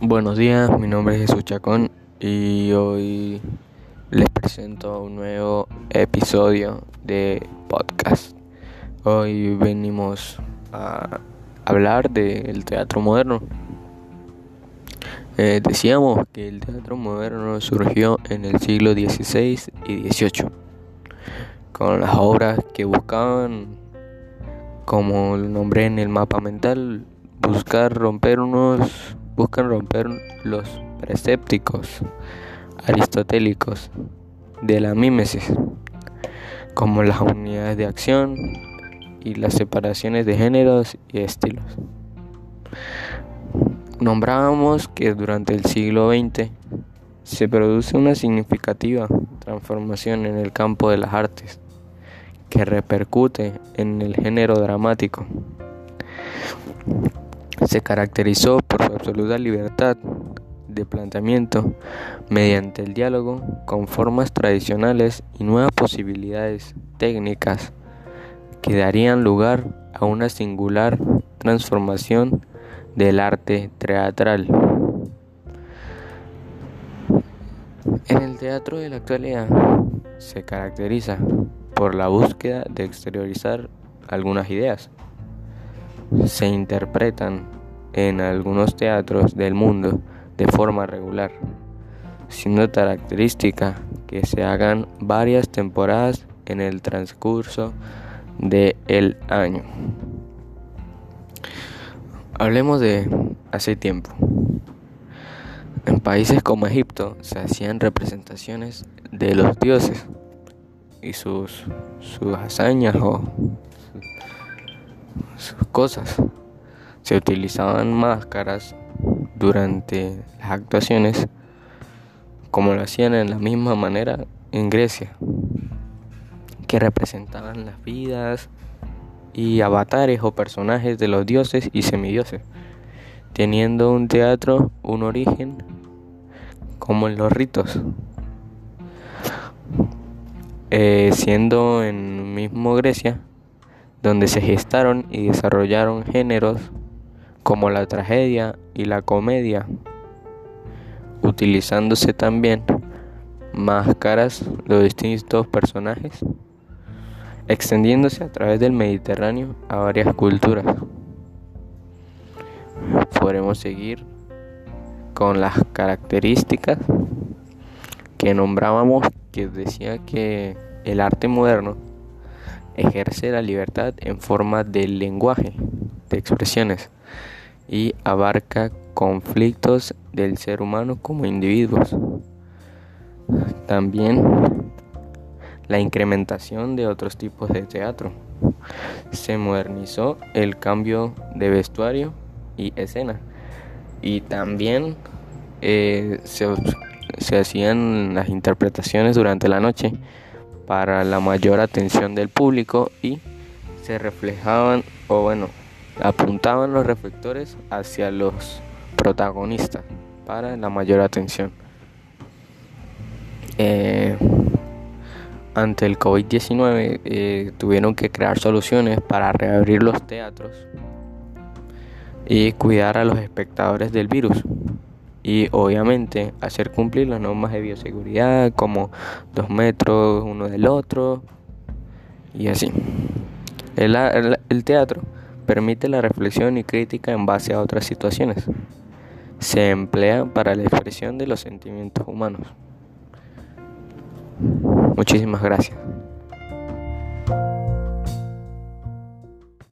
Buenos días, mi nombre es Jesús Chacón y hoy les presento un nuevo episodio de podcast. Hoy venimos a hablar del teatro moderno. Decíamos que el teatro moderno surgió en el siglo XVI y XVIII, con las obras que buscaban, como lo nombré en el mapa mental, buscan romper los preceptos aristotélicos de la mímesis, como las unidades de acción y las separaciones de géneros y estilos. Nombrábamos que durante el siglo XX se produce una significativa transformación en el campo de las artes que repercute en el género dramático. Se caracterizó por su absoluta libertad de planteamiento mediante el diálogo con formas tradicionales y nuevas posibilidades técnicas que darían lugar a una singular transformación del arte teatral. En el teatro de la actualidad se caracteriza por la búsqueda de exteriorizar algunas ideas. Se interpretan en algunos teatros del mundo de forma regular, siendo característica que se hagan varias temporadas en el transcurso del año. Hablemos de hace tiempo. En países como Egipto se hacían representaciones de los dioses y sus hazañas o sus cosas. Se utilizaban máscaras durante las actuaciones, como lo hacían en la misma manera en Grecia, que representaban las vidas y avatares o personajes de los dioses y semidioses, teniendo un teatro un origen como en los ritos, siendo en mismo Grecia donde se gestaron y desarrollaron géneros como la tragedia y la comedia, utilizándose también máscaras de distintos personajes, extendiéndose a través del Mediterráneo a varias culturas. Podremos seguir con las características que nombrábamos, que decía que el arte moderno ejerce la libertad en forma de lenguaje, de expresiones, y abarca conflictos del ser humano como individuos. También la incrementación de otros tipos de teatro. Se modernizó el cambio de vestuario y escena, y también se hacían las interpretaciones durante la noche para la mayor atención del público, y se reflejaban apuntaban los reflectores hacia los protagonistas para la mayor atención. Ante el COVID-19 tuvieron que crear soluciones para reabrir los teatros y cuidar a los espectadores del virus, y obviamente hacer cumplir las normas de bioseguridad como 2 metros uno del otro y así. El teatro permite la reflexión y crítica en base a otras situaciones. Se emplea para la expresión de los sentimientos humanos. Muchísimas gracias.